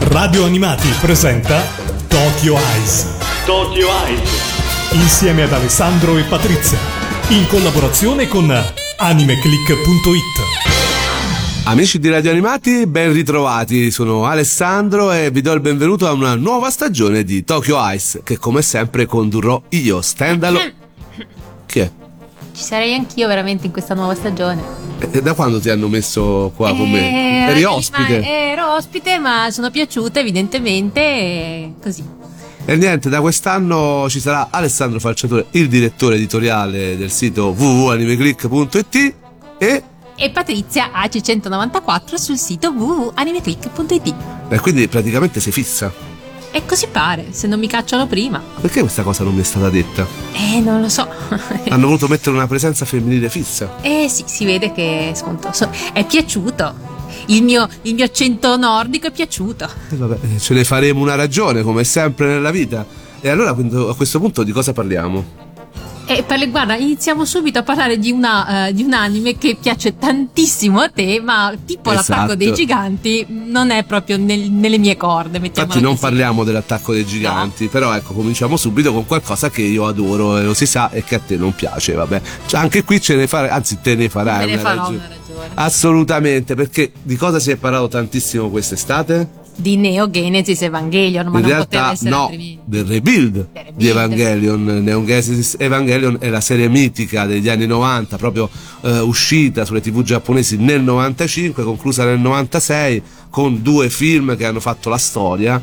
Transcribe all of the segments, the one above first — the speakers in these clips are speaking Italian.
Radio Animati presenta Tokyo Eyes. Tokyo Eyes. Insieme ad Alessandro e Patrizia. In collaborazione con animeclick.it. Amici di Radio Animati, ben ritrovati. Sono Alessandro e vi do il benvenuto a una nuova stagione di Tokyo Eyes, che come sempre condurrò io, stand-alone. Chi è? Ci sarei anch'io veramente in questa nuova stagione. Da quando ti hanno messo qua con me? Eri ospite? Ero ospite, ma sono piaciuta evidentemente e così. E niente, da quest'anno ci sarà Alessandro Falciatore, il direttore editoriale del sito www.animeclick.it e Patrizia AC194 sul sito www.animeclick.it. E quindi praticamente sei fissa. E così pare, se non mi cacciano prima. Perché questa cosa non mi è stata detta? Non lo so. Hanno voluto mettere una presenza femminile fissa. Sì, si vede che è piaciuto. Il mio accento nordico è piaciuto. Vabbè, ce ne faremo una ragione, come sempre nella vita. E allora a questo punto di cosa parliamo? Guarda, iniziamo subito a parlare di un anime che piace tantissimo a te, ma tipo L'attacco dei giganti non è proprio nelle mie corde. Infatti non parliamo dell'attacco dei giganti, no. Però ecco, cominciamo subito con qualcosa che io adoro e lo si sa e che a te non piace, vabbè. Cioè, anche qui te ne farai una ragione. Assolutamente, perché di cosa si è parlato tantissimo quest'estate? Di Neo Genesis Evangelion, ma in non realtà poteva essere no, altrimenti. del rebuild di Evangelion. Neo Genesis Evangelion è la serie mitica degli anni 90, proprio uscita sulle TV giapponesi nel 95, conclusa nel 96 con 2 film che hanno fatto la storia,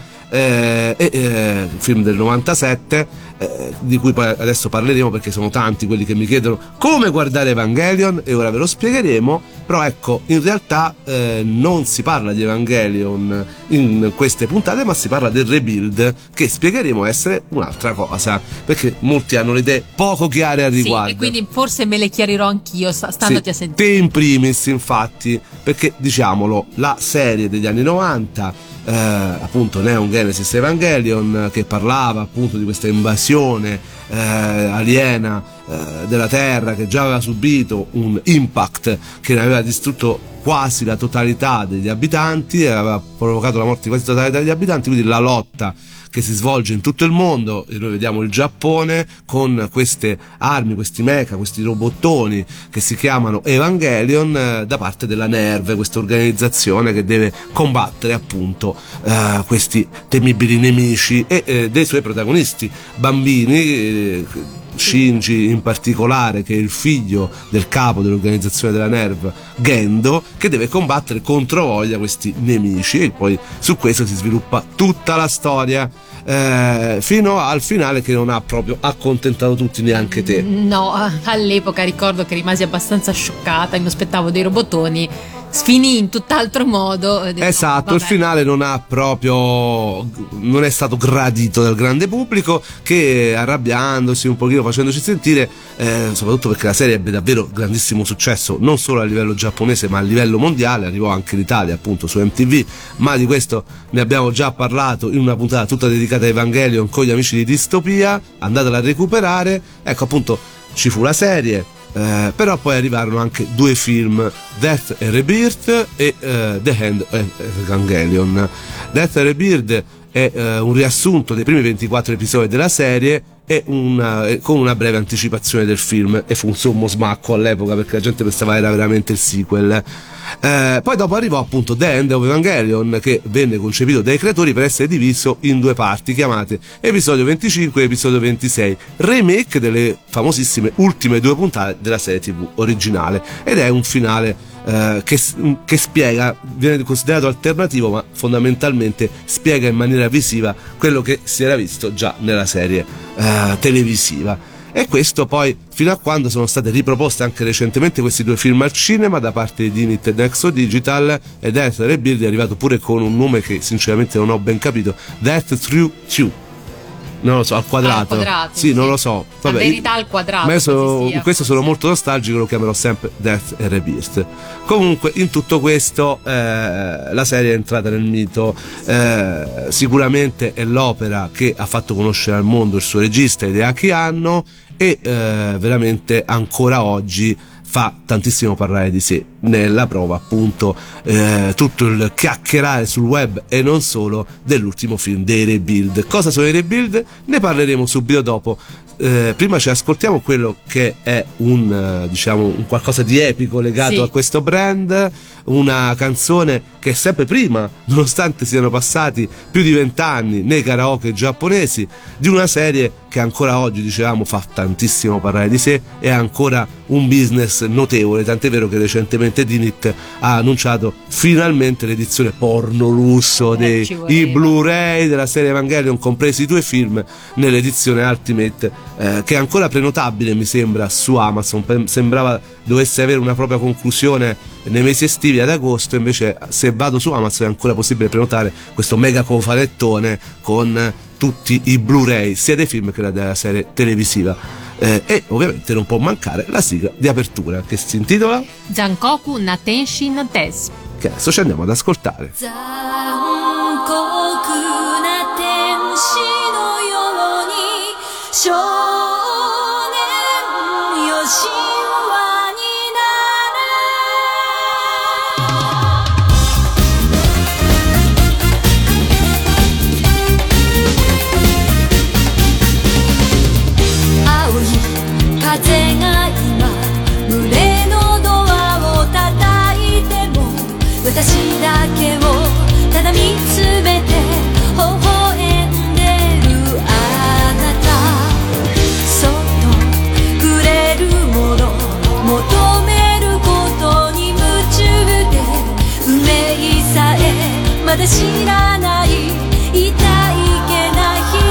il film del 97 di cui poi adesso parleremo, perché sono tanti quelli che mi chiedono come guardare Evangelion e ora ve lo spiegheremo. Però ecco, in realtà non si parla di Evangelion in queste puntate, ma si parla del rebuild, che spiegheremo essere un'altra cosa, perché molti hanno le idee poco chiare al riguardo. Sì, e quindi forse me le chiarirò anch'io standoti a sentire. Te in primis, infatti, perché diciamolo, la serie degli anni 90, appunto Neon Genesis Evangelion, che parlava appunto di questa invasione aliena della Terra, che già aveva subito un impact che ne aveva distrutto quasi la totalità degli abitanti e aveva provocato la morte di quasi la totalità degli abitanti, quindi la lotta che si svolge in tutto il mondo, e noi vediamo il Giappone con queste armi, questi mecha, questi robottoni che si chiamano Evangelion, da parte della NERV, questa organizzazione che deve combattere appunto questi temibili nemici e dei suoi protagonisti, bambini, Shinji in particolare, che è il figlio del capo dell'organizzazione della NERV, Gendo, che deve combattere contro voglia questi nemici, e poi su questo si sviluppa tutta la storia fino al finale, che non ha proprio accontentato tutti, neanche te. No, all'epoca ricordo che rimasi abbastanza scioccata, mi aspettavo dei robottoni, sfinì in tutt'altro modo. Esatto, il finale non è stato gradito dal grande pubblico, che arrabbiandosi un pochino, facendoci sentire, soprattutto perché la serie ebbe davvero grandissimo successo, non solo a livello giapponese ma a livello mondiale, arrivò anche in Italia appunto su MTV, ma di questo ne abbiamo già parlato in una puntata tutta dedicata a Evangelion con gli amici di Distopia, andatela a recuperare. Ecco, appunto, ci fu la serie, però poi arrivarono anche 2 film, Death and Rebirth e The End of Evangelion. Death and Rebirth è un riassunto dei primi 24 episodi della serie e con una breve anticipazione del film, e fu un sommo smacco all'epoca perché la gente pensava era veramente il sequel. Poi dopo arrivò appunto The End of Evangelion, che venne concepito dai creatori per essere diviso in 2 parti chiamate episodio 25 e episodio 26, remake delle famosissime ultime 2 puntate della serie TV originale, ed è un finale che spiega, viene considerato alternativo, ma fondamentalmente spiega in maniera visiva quello che si era visto già nella serie televisiva. E questo poi fino a quando sono state riproposte anche recentemente questi 2 film al cinema da parte di Dinit e Nexo Digital, e Death Rebuild è arrivato pure con un nome che sinceramente non ho ben capito, Death Through 2. Non lo so, al quadrato. Sì, non lo so. Vabbè, la verità al quadrato. Ma in questo sono molto nostalgico, lo chiamerò sempre Death and Rebirth. Comunque, in tutto questo, la serie è entrata nel mito. Sicuramente è l'opera che ha fatto conoscere al mondo il suo regista, Hideaki Anno, e veramente ancora oggi fa tantissimo parlare di sé. Nella prova appunto tutto il chiacchierare sul web e non solo dell'ultimo film dei Rebuild. Cosa sono i Rebuild? Ne parleremo subito dopo. Prima ci ascoltiamo quello che è un qualcosa di epico legato a questo brand, una canzone che è sempre prima, nonostante siano passati più di 20 anni nei karaoke giapponesi, di una serie che ancora oggi, dicevamo, fa tantissimo parlare di sé e ha ancora un business notevole, tant'è vero che recentemente Dinit ha annunciato finalmente l'edizione porno lusso dei Blu-ray della serie Evangelion, compresi i 2 film, nell'edizione Ultimate, che è ancora prenotabile, mi sembra, su Amazon. Sembrava dovesse avere una propria conclusione nei mesi estivi, ad agosto. Invece, se vado su Amazon, è ancora possibile prenotare questo mega cofanettone con tutti i Blu-ray, sia dei film che della serie televisiva. E ovviamente non può mancare la sigla di apertura, che si intitola Zankoku Natenshi no Tes, che adesso ci andiamo ad ascoltare. Zankoku Natenshi no yoni shounen Yoshiwa ni nare. 風が今胸のドアを叩いても私だけをただ見つめて微笑んでるあなたそっとくれるもの求めることに夢中で運命さえまだ知らない痛いけな瞳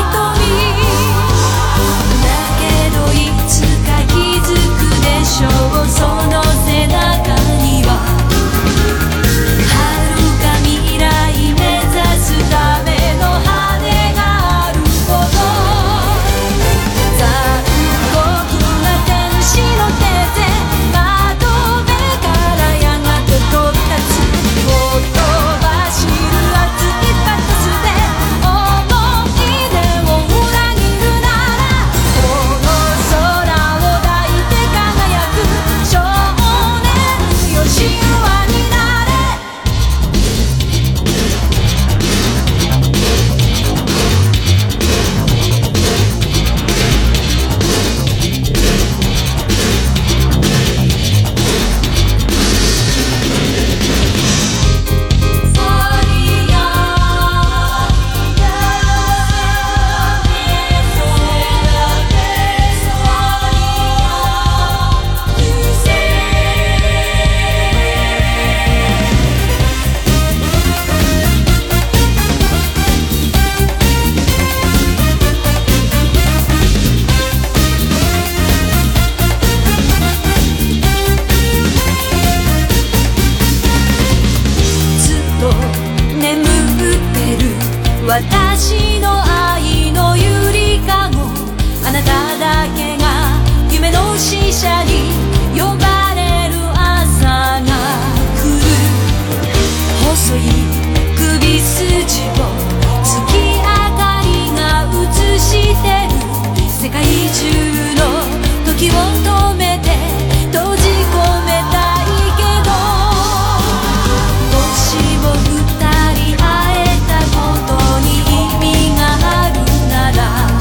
気づくでしょうその背中には遥か未来目指すための羽があるほど残酷な天使の手で窓辺からやがて飛び立つほっと走る熱いパトスで思い出を裏切るならこの空神話になれ私の愛のゆりかごあなただけが夢の使者に呼ばれる朝が来る細い首筋を月明かりが映してる世界中の時を止めて閉じ込めたいけどもしも二人会えたことに意味があるなら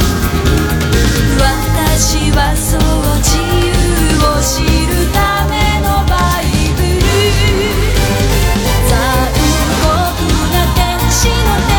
私はそう自由を知るためのバイブル残酷な天使の手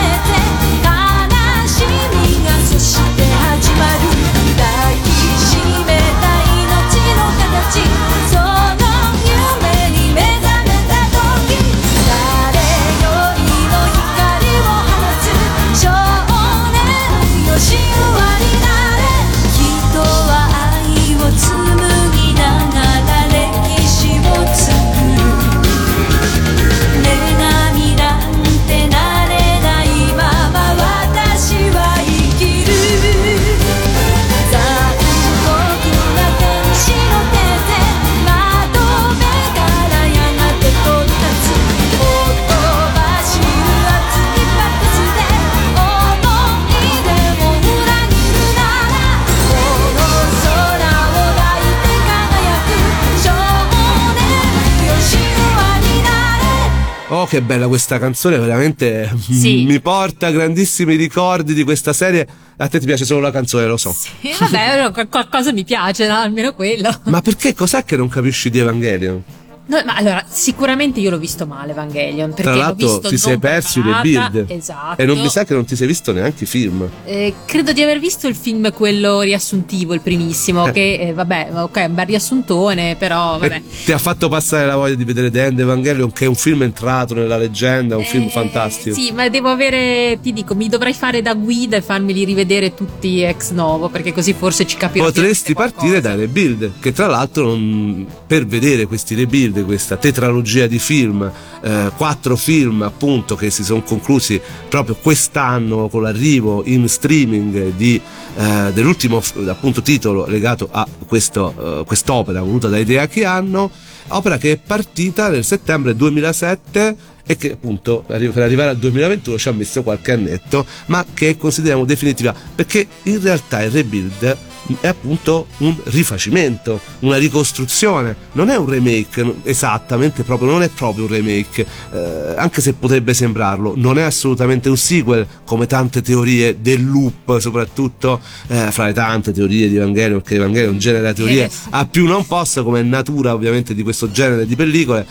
che bella questa canzone, veramente Sì. mi porta grandissimi ricordi di questa serie. A te ti piace solo la canzone, lo so. Sì, vabbè, qualcosa mi piace, no? Almeno quello. Ma perché cos'è che non capisci di Evangelion? No, ma allora, sicuramente io l'ho visto male Evangelion, perché Tra l'ho l'altro visto ti sei non perso i preparata. rebuild. Esatto. E non mi sa che non ti sei visto neanche i film. Credo di aver visto il film quello riassuntivo, il primissimo, che vabbè, ok, un bel riassuntone, però vabbè. E ti ha fatto passare la voglia di vedere The End Evangelion, che è un film entrato nella leggenda, è un film fantastico. Sì, ma devo avere, ti dico, mi dovrai fare da guida e farmeli rivedere tutti ex novo, perché così forse ci capirò. Potresti partire dai rebuild, che tra l'altro per vedere questi rebuild, questa tetralogia di film, 4 film appunto che si sono conclusi proprio quest'anno con l'arrivo in streaming dell'ultimo appunto titolo legato a quest'opera voluta da Hideaki Anno, opera che è partita nel settembre 2007 e che appunto per arrivare al 2021 ci ha messo qualche annetto, ma che consideriamo definitiva, perché in realtà il rebuild è appunto un rifacimento, una ricostruzione, non è un remake esattamente, proprio non è proprio un remake, anche se potrebbe sembrarlo, non è assolutamente un sequel come tante teorie del loop, soprattutto fra le tante teorie di Evangelion, perché Evangelion è un genere di teorie a più non possa, come è natura ovviamente di questo genere di pellicole.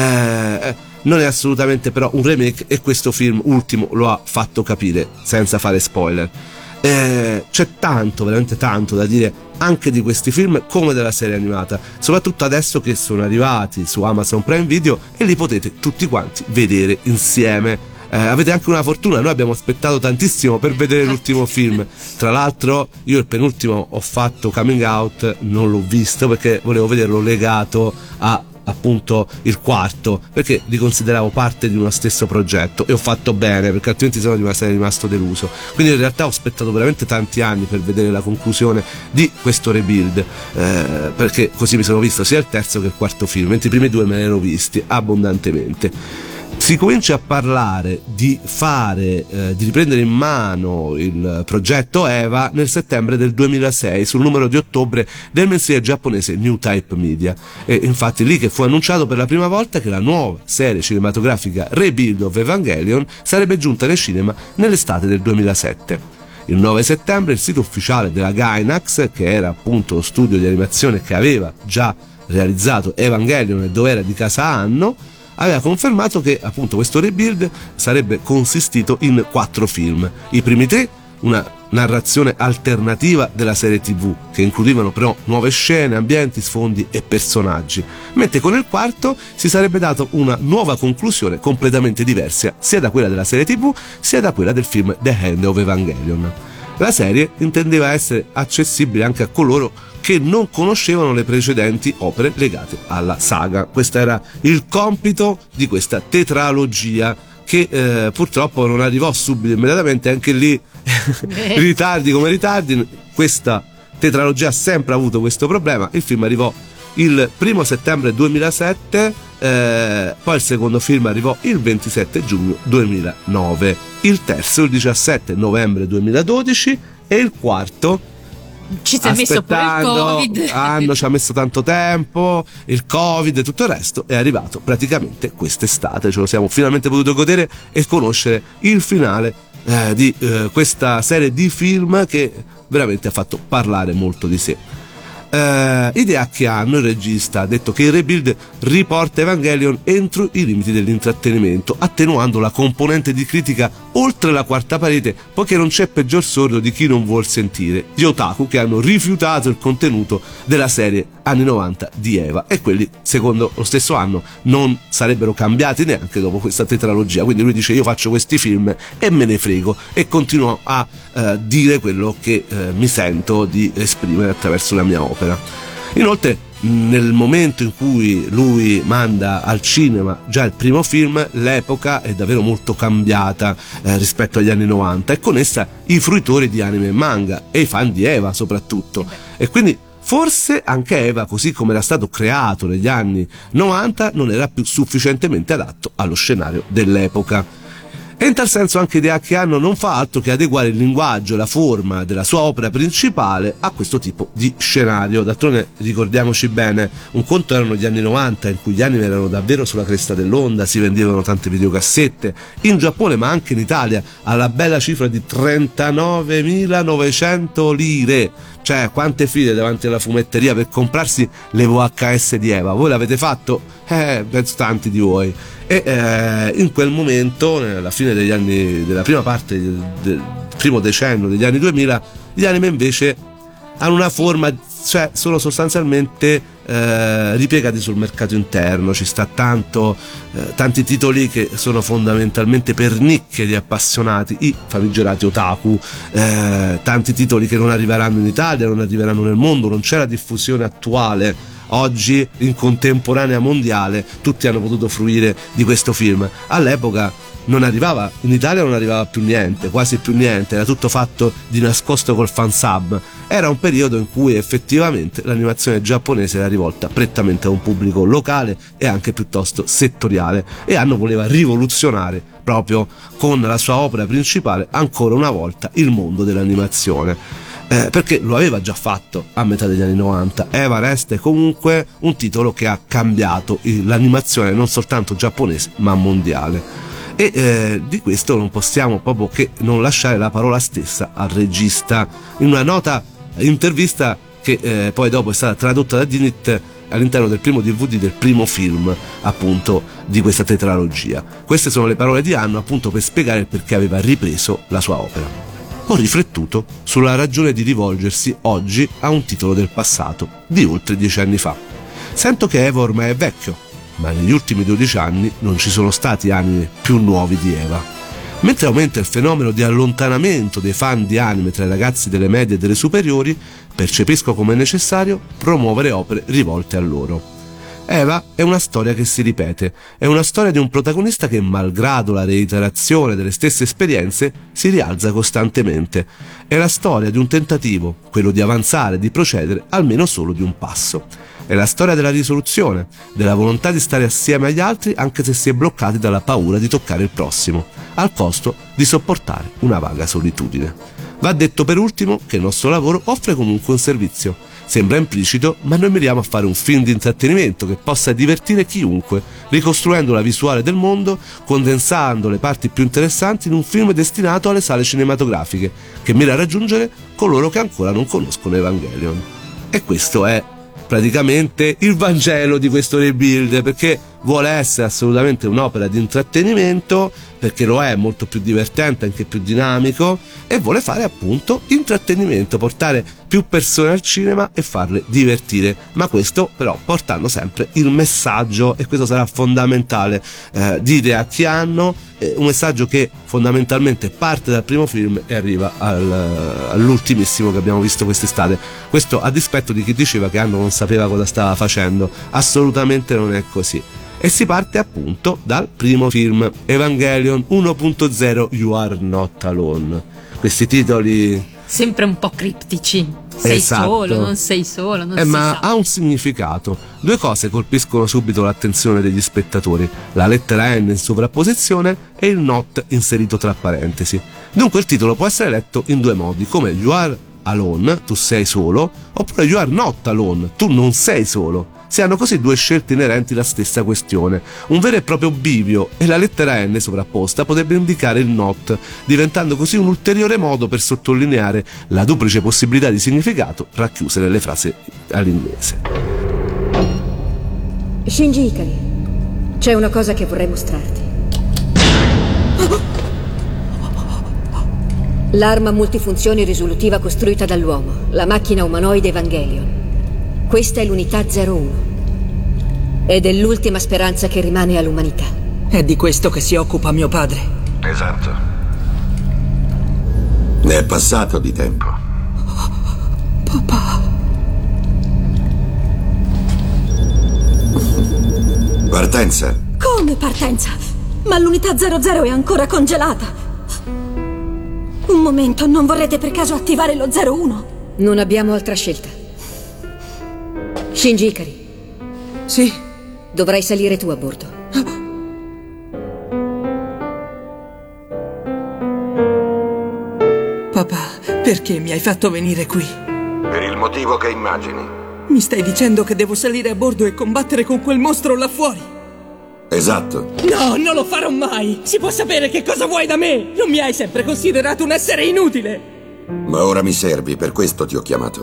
Non è assolutamente però un remake, e questo film ultimo lo ha fatto capire senza fare spoiler. C'è tanto, veramente tanto da dire anche di questi film come della serie animata, soprattutto adesso che sono arrivati su Amazon Prime Video e li potete tutti quanti vedere insieme. Avete anche una fortuna, noi abbiamo aspettato tantissimo per vedere l'ultimo film. Tra l'altro io il penultimo ho fatto Coming Out, non l'ho visto perché volevo vederlo legato a appunto il quarto, perché li consideravo parte di uno stesso progetto, e ho fatto bene, perché altrimenti sarei rimasto deluso. Quindi in realtà ho aspettato veramente tanti anni per vedere la conclusione di questo rebuild, perché così mi sono visto sia il terzo che il quarto film, mentre i primi 2 me ne ero visti abbondantemente. Si comincia a parlare di di riprendere in mano il progetto Eva nel settembre del 2006 sul numero di ottobre del mensile giapponese New Type Media, e infatti lì che fu annunciato per la prima volta che la nuova serie cinematografica Rebuild of Evangelion sarebbe giunta nei cinema nell'estate del 2007. Il 9 settembre il sito ufficiale della Gainax, che era appunto lo studio di animazione che aveva già realizzato Evangelion e dove era di casa Anno, aveva confermato che appunto questo rebuild sarebbe consistito in 4 film. I primi 3, una narrazione alternativa della serie TV, che includevano però nuove scene, ambienti, sfondi e personaggi, mentre con il quarto si sarebbe dato una nuova conclusione completamente diversa sia da quella della serie TV sia da quella del film The End of Evangelion. La serie intendeva essere accessibile anche a coloro che non conoscevano le precedenti opere legate alla saga. Questo era il compito di questa tetralogia, che purtroppo non arrivò subito, immediatamente, anche lì ritardi come ritardi. Questa tetralogia ha sempre avuto questo problema. Il film arrivò il 1 settembre 2007, poi il secondo film arrivò il 27 giugno 2009, il terzo il 17 novembre 2012 e il quarto, ci si è messo pure il Covid. ci ha messo tanto tempo, il Covid e tutto il resto, è arrivato praticamente quest'estate, ce lo siamo finalmente potuto godere e conoscere il finale di questa serie di film che veramente ha fatto parlare molto di sé. Hideaki Anno, il regista, ha detto che il rebuild riporta Evangelion entro i limiti dell'intrattenimento, attenuando la componente di critica oltre la quarta parete, poiché non c'è peggior sordo di chi non vuol sentire gli otaku che hanno rifiutato il contenuto della serie anni 90 di Eva, e quelli secondo lo stesso Anno non sarebbero cambiati neanche dopo questa tetralogia. Quindi lui dice: io faccio questi film e me ne frego, e continuo a dire quello che mi sento di esprimere attraverso la mia opera. Inoltre, nel momento in cui lui manda al cinema già il primo film, l'epoca è davvero molto cambiata rispetto agli anni 90, e con essa i fruitori di anime e manga e i fan di Eva soprattutto, e quindi forse anche Eva, così come era stato creato negli anni 90, non era più sufficientemente adatto allo scenario dell'epoca. E in tal senso anche Hideaki Anno non fa altro che adeguare il linguaggio e la forma della sua opera principale a questo tipo di scenario. D'altronde ricordiamoci bene, un conto erano gli anni 90 in cui gli anime erano davvero sulla cresta dell'onda, si vendevano tante videocassette, in Giappone ma anche in Italia alla bella cifra di 39.900 lire. Cioè, quante file davanti alla fumetteria per comprarsi le VHS di Eva. Voi l'avete fatto? Penso tanti di voi. E in quel momento, alla fine degli anni, della prima parte del primo decennio degli anni 2000, gli anime invece hanno una forma, cioè sono sostanzialmente ripiegati sul mercato interno. Ci sta tanti titoli che sono fondamentalmente per nicchie di appassionati, i famigerati otaku, tanti titoli che non arriveranno in Italia, non arriveranno nel mondo, non c'è la diffusione attuale. Oggi, in contemporanea mondiale, tutti hanno potuto fruire di questo film. All'epoca non arrivava, in Italia non arrivava più niente, quasi più niente, era tutto fatto di nascosto col fansub. Era un periodo in cui effettivamente l'animazione giapponese era rivolta prettamente a un pubblico locale e anche piuttosto settoriale, e Anno voleva rivoluzionare proprio con la sua opera principale ancora una volta il mondo dell'animazione. Perché lo aveva già fatto a metà degli anni 90. Eva resta comunque un titolo che ha cambiato l'animazione non soltanto giapponese ma mondiale, e di questo non possiamo proprio che non lasciare la parola stessa al regista in una nota intervista che poi dopo è stata tradotta da Dinit all'interno del primo DVD del primo film appunto di questa tetralogia. Queste sono le parole di Anno appunto per spiegare il perché aveva ripreso la sua opera. Ho riflettuto sulla ragione di rivolgersi oggi a un titolo del passato, di oltre 10 anni fa. Sento che Eva ormai è vecchio, ma negli ultimi 12 anni non ci sono stati anime più nuovi di Eva. Mentre aumenta il fenomeno di allontanamento dei fan di anime tra i ragazzi delle medie e delle superiori, percepisco come necessario promuovere opere rivolte a loro. Eva è una storia che si ripete, è una storia di un protagonista che, malgrado la reiterazione delle stesse esperienze, si rialza costantemente. È la storia di un tentativo, quello di avanzare, di procedere almeno solo di un passo. È la storia della risoluzione, della volontà di stare assieme agli altri anche se si è bloccati dalla paura di toccare il prossimo, al costo di sopportare una vaga solitudine. Va detto per ultimo che il nostro lavoro offre comunque un servizio. Sembra implicito, ma noi miriamo a fare un film di intrattenimento che possa divertire chiunque, ricostruendo la visuale del mondo, condensando le parti più interessanti in un film destinato alle sale cinematografiche, che mira a raggiungere coloro che ancora non conoscono Evangelion. E questo è praticamente il Vangelo di questo rebuild, perché vuole essere assolutamente un'opera di intrattenimento, perché lo è molto più divertente, anche più dinamico, e vuole fare appunto intrattenimento, portare più persone al cinema e farle divertire, ma questo però portando sempre il messaggio, e questo sarà fondamentale, di Hideaki Anno, un messaggio che fondamentalmente parte dal primo film e arriva all'ultimissimo che abbiamo visto quest'estate. Questo a dispetto di chi diceva che Anno non sapeva cosa stava facendo. Assolutamente non è così. E si parte appunto dal primo film, Evangelion 1.0 You Are Not Alone. Questi titoli sempre un po' criptici. Sei esatto. Solo, non sei solo, non si ma sa. ha un significato. Due cose colpiscono subito l'attenzione degli spettatori: la lettera N in sovrapposizione e il not inserito tra parentesi. Dunque il titolo può essere letto in due modi, come You Are Alone, tu sei solo, oppure You Are Not Alone, tu non sei solo. Si hanno così due scelte inerenti alla stessa questione, un vero e proprio bivio, e la lettera N sovrapposta potrebbe indicare il not, diventando così un ulteriore modo per sottolineare la duplice possibilità di significato racchiuse nelle frasi all'inglese. Shinji Ikari, c'è una cosa che vorrei mostrarti. L'arma multifunzioni risolutiva costruita dall'uomo, la macchina umanoide Evangelion. Questa è l'unità 01 ed è l'ultima speranza che rimane all'umanità. È di questo che si occupa mio padre. Esatto. Ne è passato di tempo. Papà. Partenza. Come partenza? Ma l'unità 00 è ancora congelata. Un momento, non vorrete per caso attivare lo 01? Non abbiamo altra scelta. Shinji Ikari. Sì. Dovrai salire tu a bordo. Perché mi hai fatto venire qui? Per il motivo che immagini. Mi stai dicendo che devo salire a bordo e combattere con quel mostro là fuori? Esatto. No, non lo farò mai! Si può sapere che cosa vuoi da me? Non mi hai sempre considerato un essere inutile! Ma ora mi servi, per questo ti ho chiamato.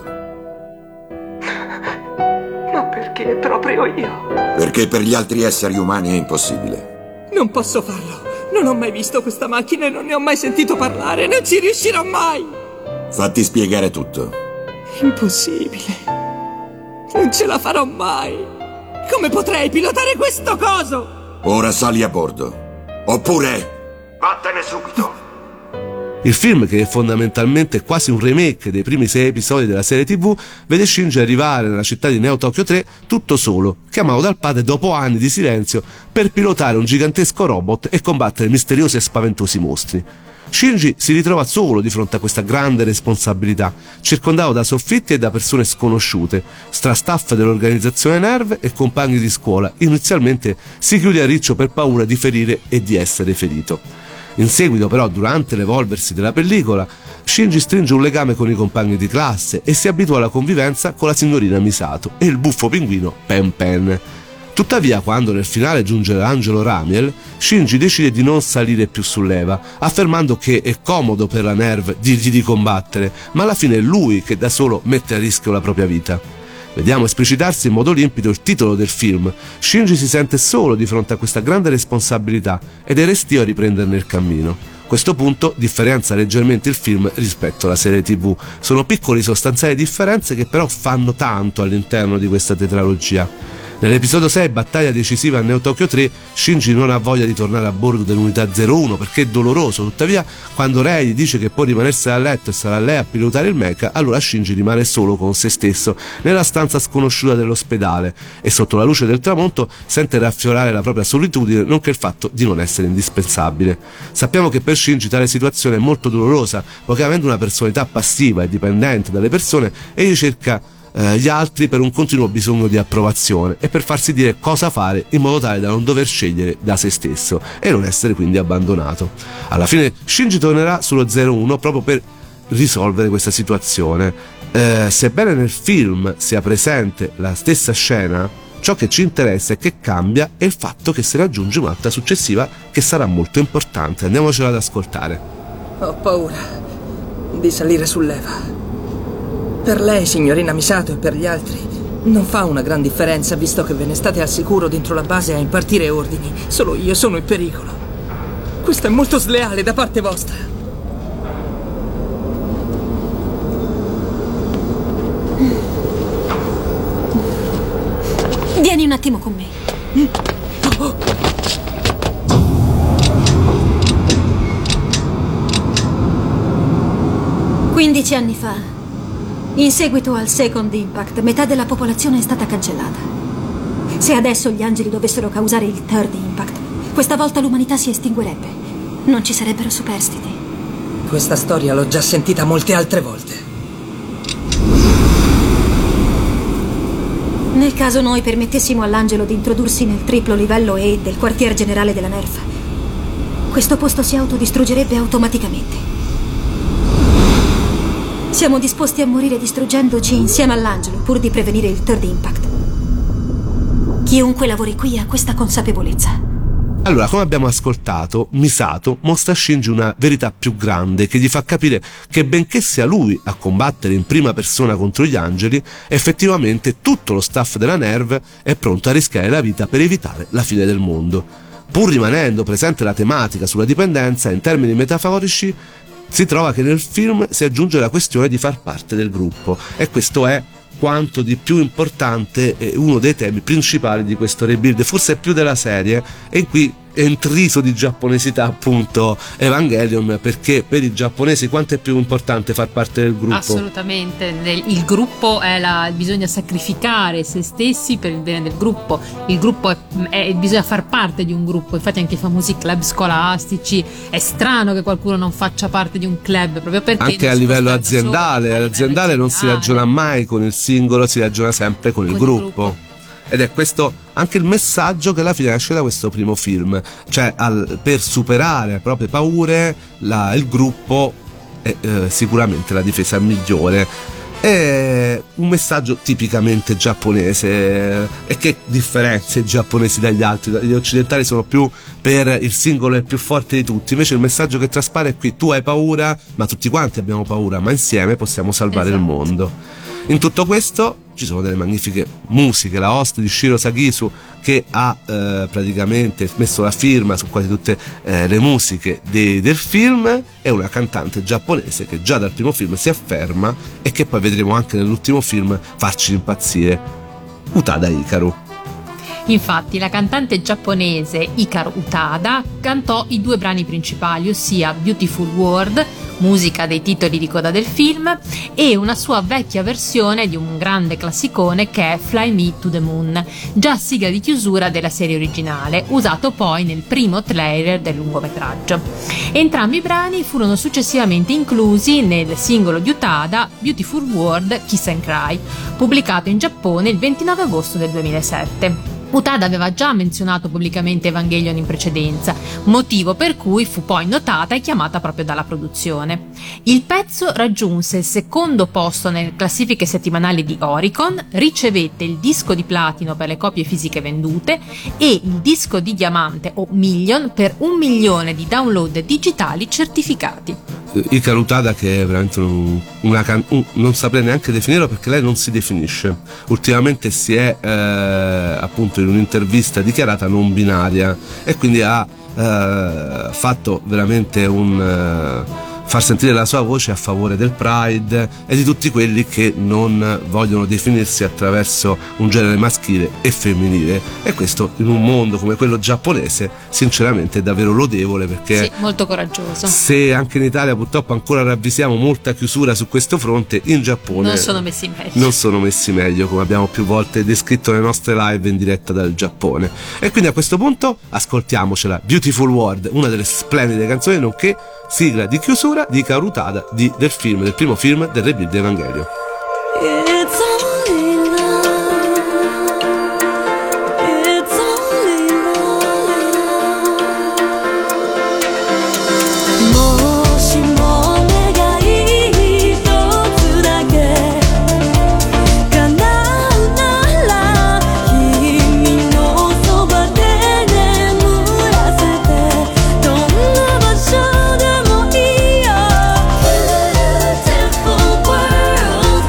Ma perché proprio io? Perché per gli altri esseri umani è impossibile. Non posso farlo. Non ho mai visto questa macchina e non ne ho mai sentito parlare. Non ci riuscirò mai! Fatti spiegare tutto. Impossibile. Non ce la farò mai. Come potrei pilotare questo coso? Ora sali a bordo. Oppure vattene subito. Il film, che è fondamentalmente quasi un remake dei primi 6 episodi della serie TV, vede Shinji arrivare nella città di Neo Tokyo 3 tutto solo, chiamato dal padre dopo anni di silenzio per pilotare un gigantesco robot e combattere misteriosi e spaventosi mostri. Shinji si ritrova solo di fronte a questa grande responsabilità, circondato da soffitti e da persone sconosciute, staff dell'organizzazione NERV e compagni di scuola. Inizialmente si chiude a riccio per paura di ferire e di essere ferito. In seguito, però, durante l'evolversi della pellicola, Shinji stringe un legame con i compagni di classe e si abitua alla convivenza con la signorina Misato e il buffo pinguino Pen Pen. Tuttavia, quando nel finale giunge l'angelo Ramiel, Shinji decide di non salire più sull'Eva, affermando che è comodo per la NERV dirgli di combattere, ma alla fine è lui che da solo mette a rischio la propria vita. Vediamo esplicitarsi in modo limpido il titolo del film. Shinji si sente solo di fronte a questa grande responsabilità ed è restio a riprenderne il cammino. A questo punto differenzia leggermente il film rispetto alla serie TV. Sono piccole sostanziali differenze che però fanno tanto all'interno di questa tetralogia. Nell'episodio 6, battaglia decisiva a Neo Tokyo 3, Shinji non ha voglia di tornare a bordo dell'unità 01 perché è doloroso. Tuttavia, quando Rei gli dice che può rimanersene a letto e sarà lei a pilotare il mecha, allora Shinji rimane solo con se stesso nella stanza sconosciuta dell'ospedale e sotto la luce del tramonto sente raffiorare la propria solitudine, nonché il fatto di non essere indispensabile. Sappiamo che per Shinji tale situazione è molto dolorosa, poiché avendo una personalità passiva e dipendente dalle persone, egli cerca gli altri per un continuo bisogno di approvazione e per farsi dire cosa fare in modo tale da non dover scegliere da se stesso e non essere quindi abbandonato. Alla fine Shinji tornerà sullo 01 proprio per risolvere questa situazione. Sebbene nel film sia presente la stessa scena, ciò che ci interessa e che cambia è il fatto che se ne aggiunge un'altra successiva che sarà molto importante. Andiamocela ad ascoltare. Ho paura di salire sull'Eva. Per lei, signorina Misato, e per gli altri non fa una gran differenza, visto che ve ne state al sicuro dentro la base a impartire ordini. Solo io sono in pericolo. Questo è molto sleale da parte vostra. Vieni un attimo con me. 15 anni fa, in seguito al Second Impact, metà della popolazione è stata cancellata. Se adesso gli angeli dovessero causare il Third Impact, questa volta l'umanità si estinguerebbe. Non ci sarebbero superstiti. Questa storia l'ho già sentita molte altre volte. Nel caso noi permettessimo all'angelo di introdursi nel triplo livello E del quartier generale della NERV, questo posto si autodistruggerebbe automaticamente. Siamo disposti a morire distruggendoci insieme all'angelo pur di prevenire il Third Impact. Chiunque lavori qui ha questa consapevolezza. Allora, come abbiamo ascoltato, Misato mostra a Shinji una verità più grande che gli fa capire che benché sia lui a combattere in prima persona contro gli angeli, effettivamente tutto lo staff della NERV è pronto a rischiare la vita per evitare la fine del mondo. Pur rimanendo presente la tematica sulla dipendenza, in termini metaforici si trova che nel film si aggiunge la questione di far parte del gruppo, e questo è quanto di più importante, uno dei temi principali di questo rebuild, forse più della serie, e qui è intriso di giapponesità appunto Evangelion, perché per i giapponesi quanto è più importante far parte del gruppo? Assolutamente, il gruppo bisogna sacrificare se stessi per il bene del gruppo. Il gruppo bisogna far parte di un gruppo, infatti anche i famosi club scolastici, è strano che qualcuno non faccia parte di un club, proprio perché anche a livello aziendale non si ragiona mai con il singolo, si ragiona sempre con il gruppo. Ed è questo anche il messaggio che alla fine esce da questo primo film, cioè per superare le proprie paure il gruppo è sicuramente la difesa migliore. È un messaggio tipicamente giapponese. E che differenzia i giapponesi dagli altri? Gli occidentali sono più per il singolo è il più forte di tutti, invece il messaggio che traspare è qui: tu hai paura, ma tutti quanti abbiamo paura, ma insieme possiamo salvare il mondo. In tutto questo ci sono delle magnifiche musiche. La host di Shiro Sagisu, che ha praticamente messo la firma su quasi tutte le musiche del film, è una cantante giapponese che già dal primo film si afferma e che poi vedremo anche nell'ultimo film farci impazzire, Utada Hikaru. Infatti la cantante giapponese Hikaru Utada cantò i 2 brani principali, ossia Beautiful World, musica dei titoli di coda del film, e una sua vecchia versione di un grande classicone che è Fly Me to the Moon, già sigla di chiusura della serie originale, usato poi nel primo trailer del lungometraggio. Entrambi i brani furono successivamente inclusi nel singolo di Utada Beautiful World Kiss and Cry, pubblicato in Giappone il 29 agosto del 2007. Utada aveva già menzionato pubblicamente Evangelion in precedenza, motivo per cui fu poi notata e chiamata proprio dalla produzione. Il pezzo raggiunse il secondo posto nelle classifiche settimanali di Oricon, ricevette il disco di platino per le copie fisiche vendute e il disco di diamante o million per 1 milione di download digitali certificati. Hikaru Utada, che è veramente non saprei neanche definirlo, perché lei non si definisce. Ultimamente si è appunto in un'intervista dichiarata non binaria e quindi ha fatto veramente far sentire la sua voce a favore del Pride e di tutti quelli che non vogliono definirsi attraverso un genere maschile e femminile, e questo in un mondo come quello giapponese sinceramente è davvero lodevole, perché sì, molto coraggioso. Se anche in Italia purtroppo ancora ravvisiamo molta chiusura su questo fronte, in Giappone non sono messi meglio, come abbiamo più volte descritto nelle nostre live in diretta dal Giappone. E quindi a questo punto ascoltiamocela, Beautiful World, una delle splendide canzoni nonché sigla di chiusura di Hikaru Utada del primo film del rebuild di Evangelion. It's only love. It's only love. もしも願い一つだけ叶うなら君のそばで眠らせてどんな場所でもいいよ Beautiful world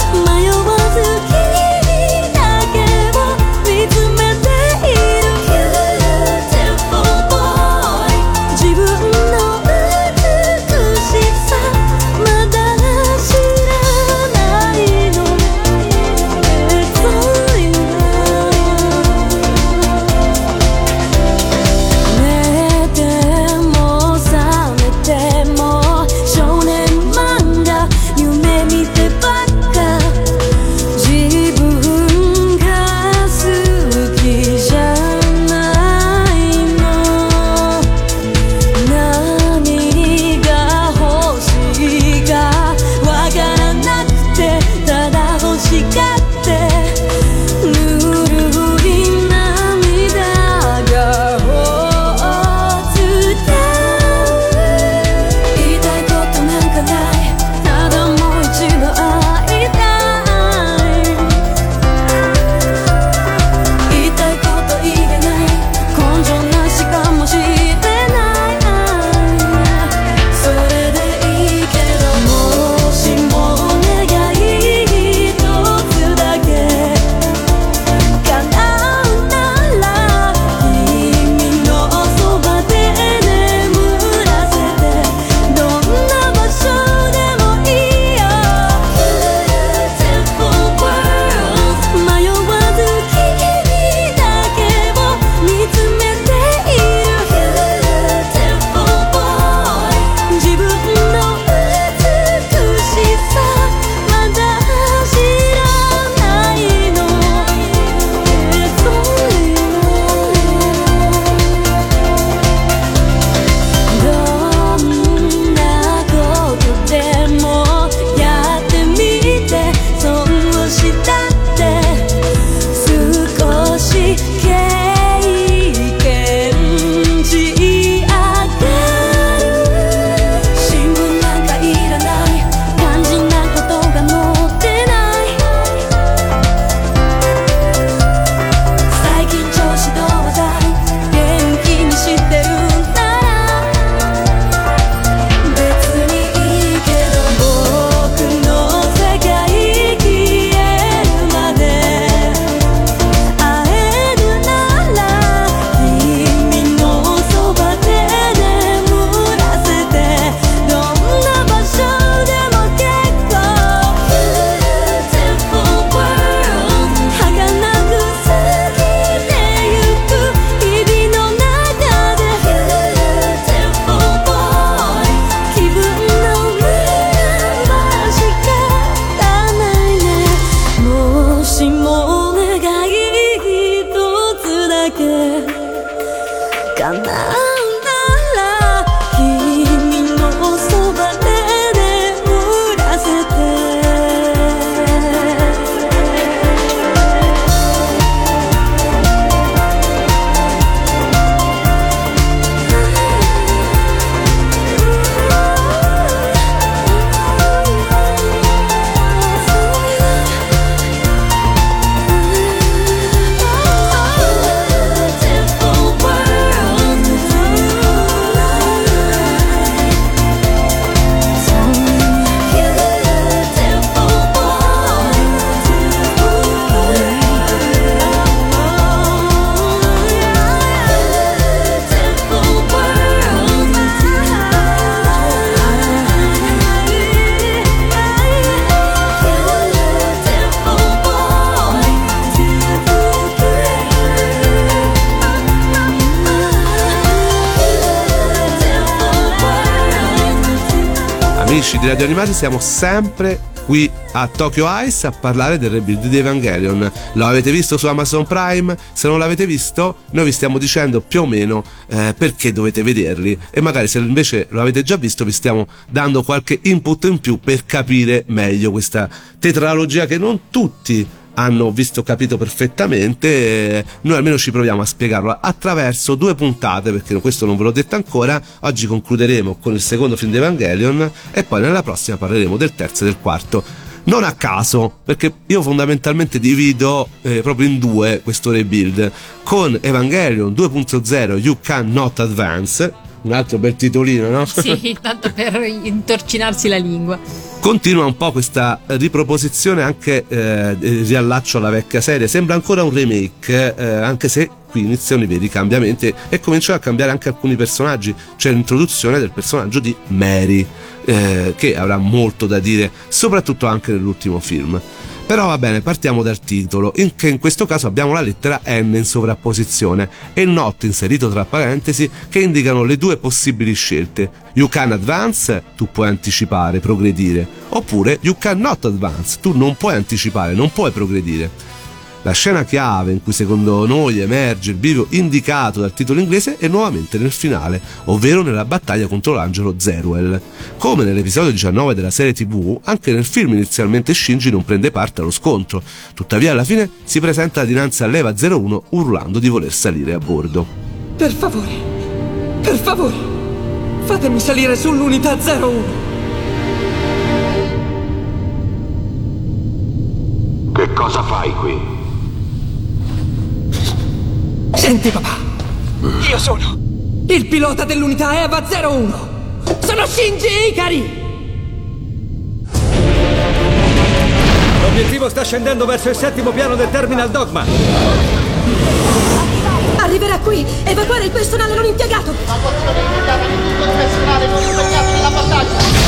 Amici di Radio Animati, siamo sempre qui a Tokyo Ice a parlare del rebuild di Evangelion. Lo avete visto su Amazon Prime? Se non l'avete visto, noi vi stiamo dicendo più o meno perché dovete vederli, e magari se invece lo avete già visto vi stiamo dando qualche input in più per capire meglio questa tetralogia che non tutti hanno capito perfettamente. Noi almeno ci proviamo a spiegarlo attraverso 2 puntate, perché questo non ve l'ho detto ancora. Oggi concluderemo con il secondo film di Evangelion e poi nella prossima parleremo del terzo e del quarto. Non a caso, perché io fondamentalmente divido proprio in 2 questo rebuild, con Evangelion 2.0 You Cannot Advance, un altro bel titolino, no? Sì, tanto per intorcinarsi la lingua. Continua un po' questa riproposizione, anche riallaccio alla vecchia serie. Sembra ancora un remake, anche se qui iniziano i veri cambiamenti e cominciano a cambiare anche alcuni personaggi. C'è l'introduzione del personaggio di Mary, che avrà molto da dire, soprattutto anche nell'ultimo film. Però va bene, partiamo dal titolo, che in questo caso abbiamo la lettera N in sovrapposizione e il not inserito tra parentesi che indicano le 2 possibili scelte. You can advance, tu puoi anticipare, progredire, oppure you cannot advance, tu non puoi anticipare, non puoi progredire. La scena chiave in cui secondo noi emerge il bivio indicato dal titolo inglese è nuovamente nel finale, ovvero nella battaglia contro l'angelo Zeruel. Come nell'episodio 19 della serie TV, anche nel film inizialmente Shinji non prende parte allo scontro, tuttavia alla fine si presenta dinanzi all'Eva 01 urlando di voler salire a bordo. Per favore, fatemi salire sull'unità 01. Che cosa fai qui? Senti papà, io sono il pilota dell'unità Eva 01. Sono Shinji Ikari. L'obiettivo sta scendendo verso il 7° piano del Terminal Dogma. Arriverà qui. Evacuare il personale non impiegato. Evacuazione immediata di tutto il personale non impegnato nella battaglia.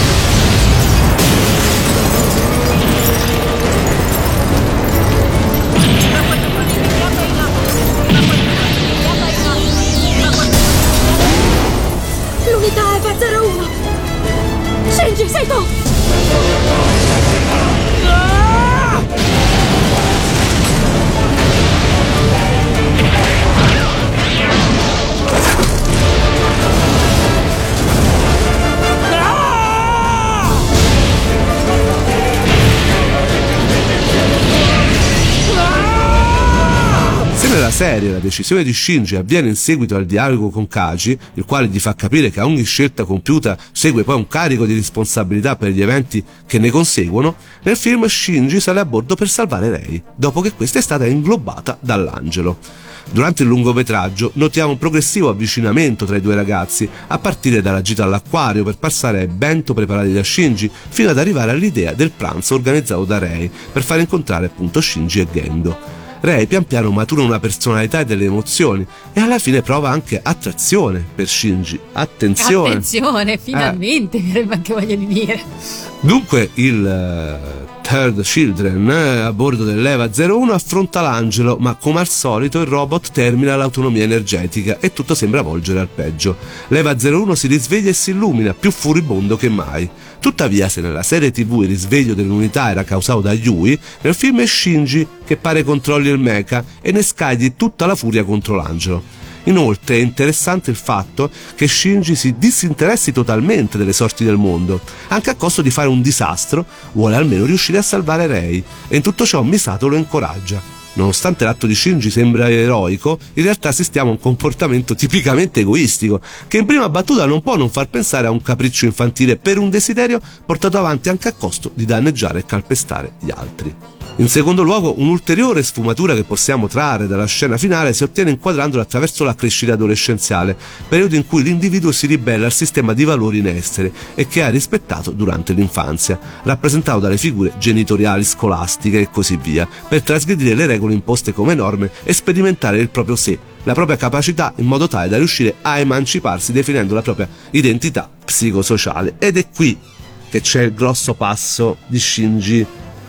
L'unità Eva 01. Shinji, sei tu! Nella serie la decisione di Shinji avviene in seguito al dialogo con Kaji, il quale gli fa capire che a ogni scelta compiuta segue poi un carico di responsabilità per gli eventi che ne conseguono. Nel film Shinji sale a bordo per salvare Rei, dopo che questa è stata inglobata dall'angelo. Durante il lungometraggio notiamo un progressivo avvicinamento tra i 2 ragazzi, a partire dalla gita all'acquario per passare ai bento preparati da Shinji, fino ad arrivare all'idea del pranzo organizzato da Rei per far incontrare appunto Shinji e Gendo. Rei pian piano matura una personalità e delle emozioni e alla fine prova anche attrazione per Shinji. Attenzione, finalmente, mi avrebbe anche voglia di dire. Dunque il Third Children a bordo dell'Eva 01 affronta l'angelo, ma come al solito il robot termina l'autonomia energetica e tutto sembra volgere al peggio. L'Eva 01 si risveglia e si illumina, più furibondo che mai. Tuttavia, se nella serie TV il risveglio dell'unità era causato da Yui, nel film è Shinji che pare controlli il mecha e ne scagli tutta la furia contro l'angelo. Inoltre è interessante il fatto che Shinji si disinteressi totalmente delle sorti del mondo, anche a costo di fare un disastro. Vuole almeno riuscire a salvare Rei e in tutto ciò Misato lo incoraggia. Nonostante l'atto di Shinji sembra eroico, in realtà assistiamo a un comportamento tipicamente egoistico, che in prima battuta non può non far pensare a un capriccio infantile per un desiderio portato avanti anche a costo di danneggiare e calpestare gli altri. In secondo luogo, un'ulteriore sfumatura che possiamo trarre dalla scena finale si ottiene inquadrandola attraverso la crescita adolescenziale, periodo in cui l'individuo si ribella al sistema di valori in essere e che ha rispettato durante l'infanzia, rappresentato dalle figure genitoriali, scolastiche e così via, per trasgredire le regole imposte come norme e sperimentare il proprio sé, la propria capacità, in modo tale da riuscire a emanciparsi definendo la propria identità psicosociale. Ed è qui che c'è il grosso passo di Shinji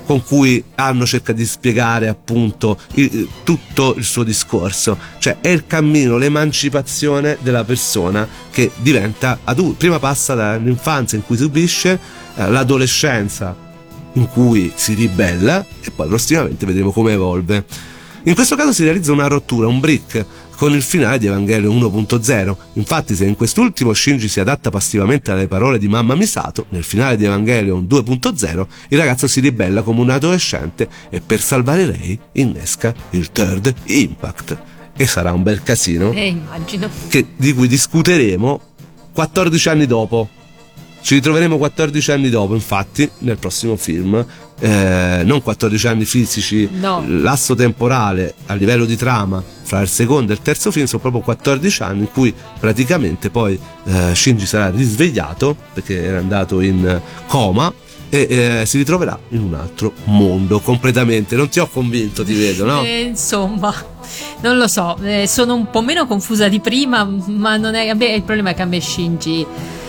con cui Anno cerca di spiegare appunto tutto il suo discorso, cioè è il cammino, l'emancipazione della persona che diventa adulto. Prima passa dall'infanzia in cui subisce, l'adolescenza in cui si ribella e poi prossimamente vedremo come evolve. In questo caso si realizza una rottura, un break con il finale di Evangelion 1.0. Infatti, se in quest'ultimo Shinji si adatta passivamente alle parole di mamma Misato, nel finale di Evangelion 2.0 il ragazzo si ribella come un adolescente e per salvare lei innesca il Third Impact. E sarà un bel casino, immagino, di cui discuteremo 14 anni dopo. Ci ritroveremo 14 anni dopo, infatti, nel prossimo film, non 14 anni fisici, no. L'asso temporale a livello di trama fra il secondo e il terzo film sono proprio 14 anni in cui praticamente poi Shinji sarà risvegliato perché era andato in coma e si ritroverà in un altro mondo completamente. Non ti ho convinto, ti vedo, no? Insomma, non lo so, sono un po' meno confusa di prima, ma non è, il problema è che a me Shinji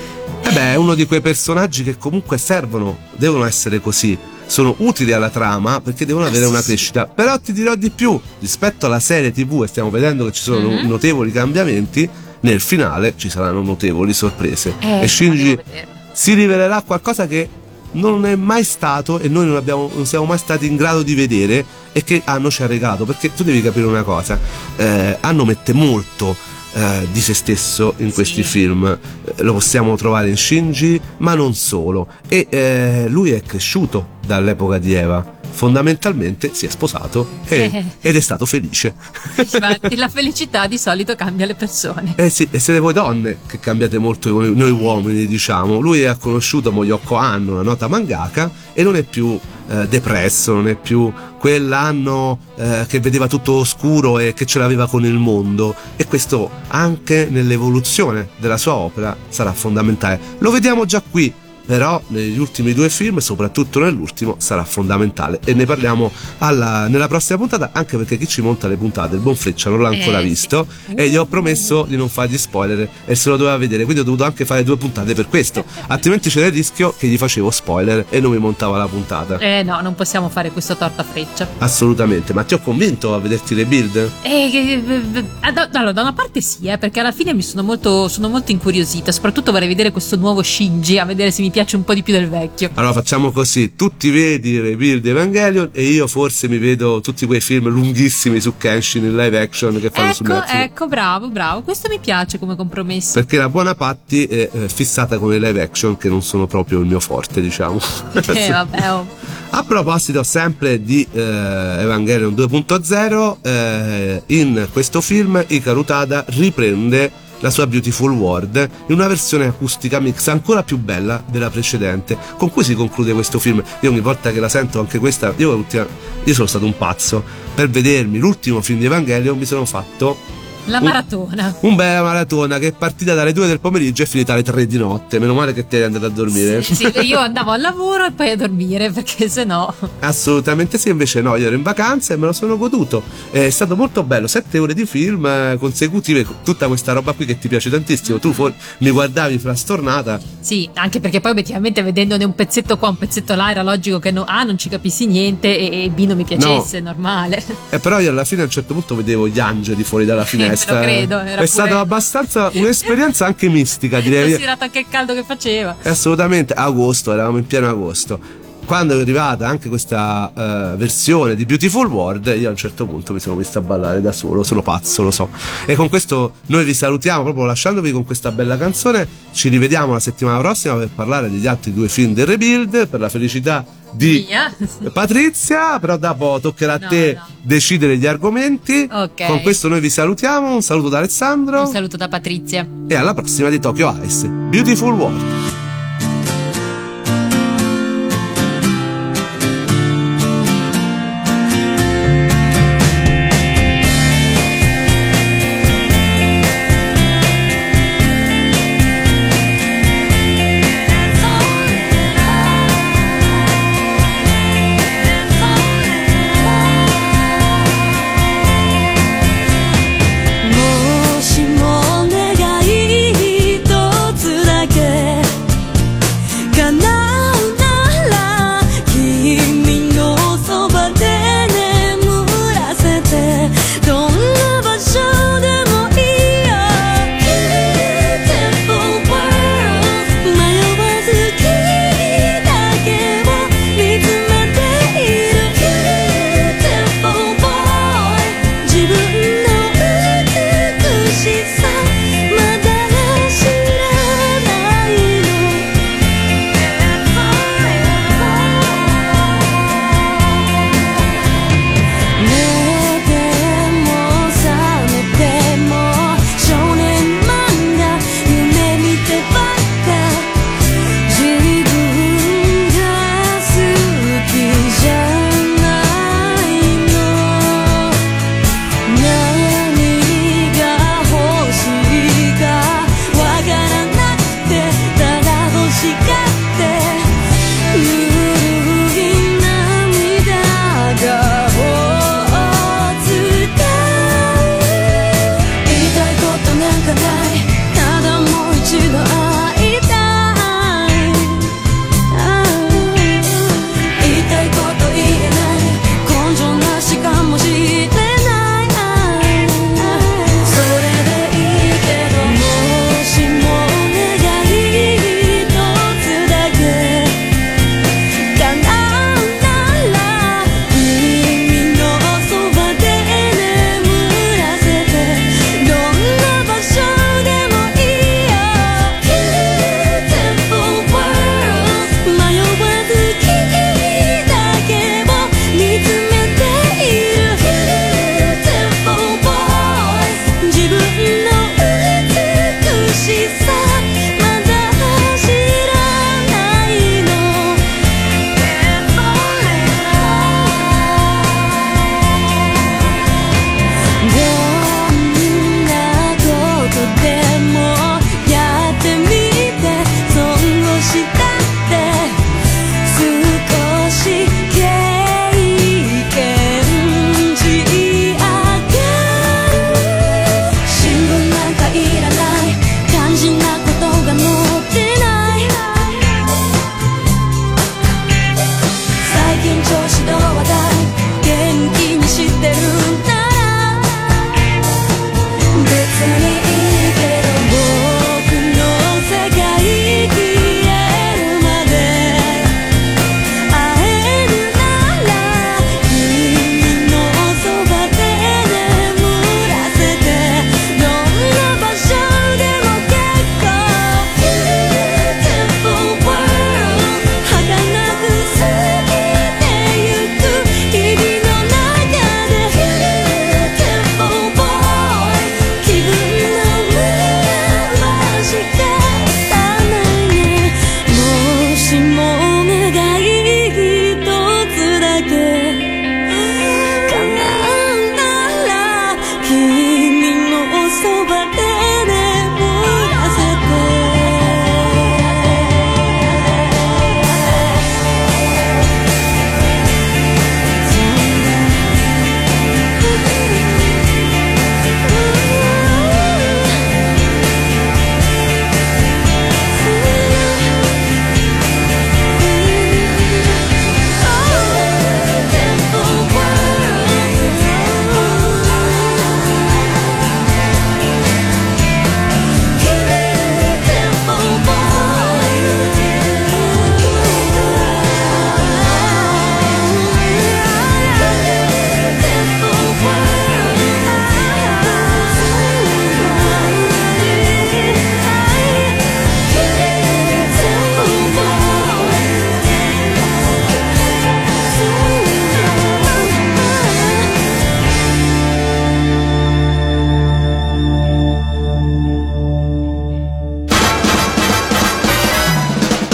è uno di quei personaggi che comunque servono, devono essere così, sono utili alla trama perché devono avere una crescita. Però ti dirò di più, rispetto alla serie TV, e stiamo vedendo che ci sono notevoli cambiamenti, nel finale ci saranno notevoli sorprese e Shinji si rivelerà qualcosa che non è mai stato e noi non siamo mai stati in grado di vedere e che Anno ci ha regalato. Perché tu devi capire una cosa, Anno mette molto di se stesso in questi film, lo possiamo trovare in Shinji ma non solo, e lui è cresciuto dall'epoca di Eva, fondamentalmente si è sposato ed è stato felice. Infatti la felicità di solito cambia le persone. Sì, e siete voi donne che cambiate molto noi uomini, diciamo. Lui ha conosciuto Moyoko Anno, una nota mangaka, e non è più depresso, non è più quell'Anno che vedeva tutto oscuro e che ce l'aveva con il mondo, e questo anche nell'evoluzione della sua opera sarà fondamentale. Lo vediamo già qui, però negli ultimi due film, soprattutto nell'ultimo, sarà fondamentale e ne parliamo nella prossima puntata, anche perché chi ci monta le puntate, il buon Freccia, non l'ha ancora visto e gli ho promesso di non fargli spoiler e se lo doveva vedere, quindi ho dovuto anche fare 2 puntate per questo, altrimenti c'era il rischio che gli facevo spoiler e non mi montava la puntata. No, non possiamo fare questo torto a Freccia. Assolutamente. Ma ti ho convinto a vederti le build? Allora, da una parte sì, perché alla fine sono molto incuriosita, soprattutto vorrei vedere questo nuovo Shinji, a vedere se mi piace un po' di più del vecchio. Allora facciamo così, tu ti vedi le build di Evangelion e io forse mi vedo tutti quei film lunghissimi su Kenshin in live action che fanno su Netflix. Ecco, bravo, questo mi piace come compromesso, perché la buona Patti è fissata con le live action che non sono proprio il mio forte, diciamo. Vabbè, A proposito sempre di Evangelion 2.0, in questo film Hikaru Tada riprende la sua Beautiful World in una versione acustica mix ancora più bella della precedente, con cui si conclude questo film. Io ogni volta che la sento, anche questa, io sono stato un pazzo. Per vedermi l'ultimo film di Evangelion mi sono fatto la maratona, un bella maratona che è partita dalle 2 del pomeriggio e è finita alle 3 di notte. Meno male che te eri andata a dormire. Sì, io andavo al lavoro e poi a dormire, perché sennò. Assolutamente sì, invece no, io ero in vacanza e me lo sono goduto. È stato molto bello, 7 ore di film consecutive, tutta questa roba qui che ti piace tantissimo. Tu mi guardavi frastornata. Sì, anche perché poi obiettivamente vedendone un pezzetto qua, un pezzetto là, era logico che non ci capissi niente e B non mi piacesse, no. Normale. Però io alla fine a un certo punto vedevo gli angeli fuori dalla finestra. Lo credo, è stata abbastanza un'esperienza anche mistica, direi. Considerato anche il caldo che faceva. Assolutamente, agosto, eravamo in pieno agosto. Quando è arrivata anche questa versione di Beautiful World, io a un certo punto mi sono messo a ballare da solo, sono pazzo, lo so. E con questo noi vi salutiamo, proprio lasciandovi con questa bella canzone. Ci rivediamo la settimana prossima per parlare degli altri 2 film del Rebuild, per la felicità di Patrizia, però dopo toccherà a te decidere gli argomenti. Okay. Con questo noi vi salutiamo, un saluto da Alessandro, un saluto da Patrizia e alla prossima di Tokyo Ice, Beautiful World.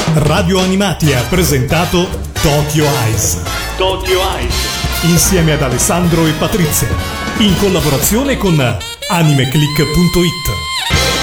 Radio Animati ha presentato Tokyo Eyes. Tokyo Eyes. Insieme ad Alessandro e Patrizia. In collaborazione con AnimeClick.it.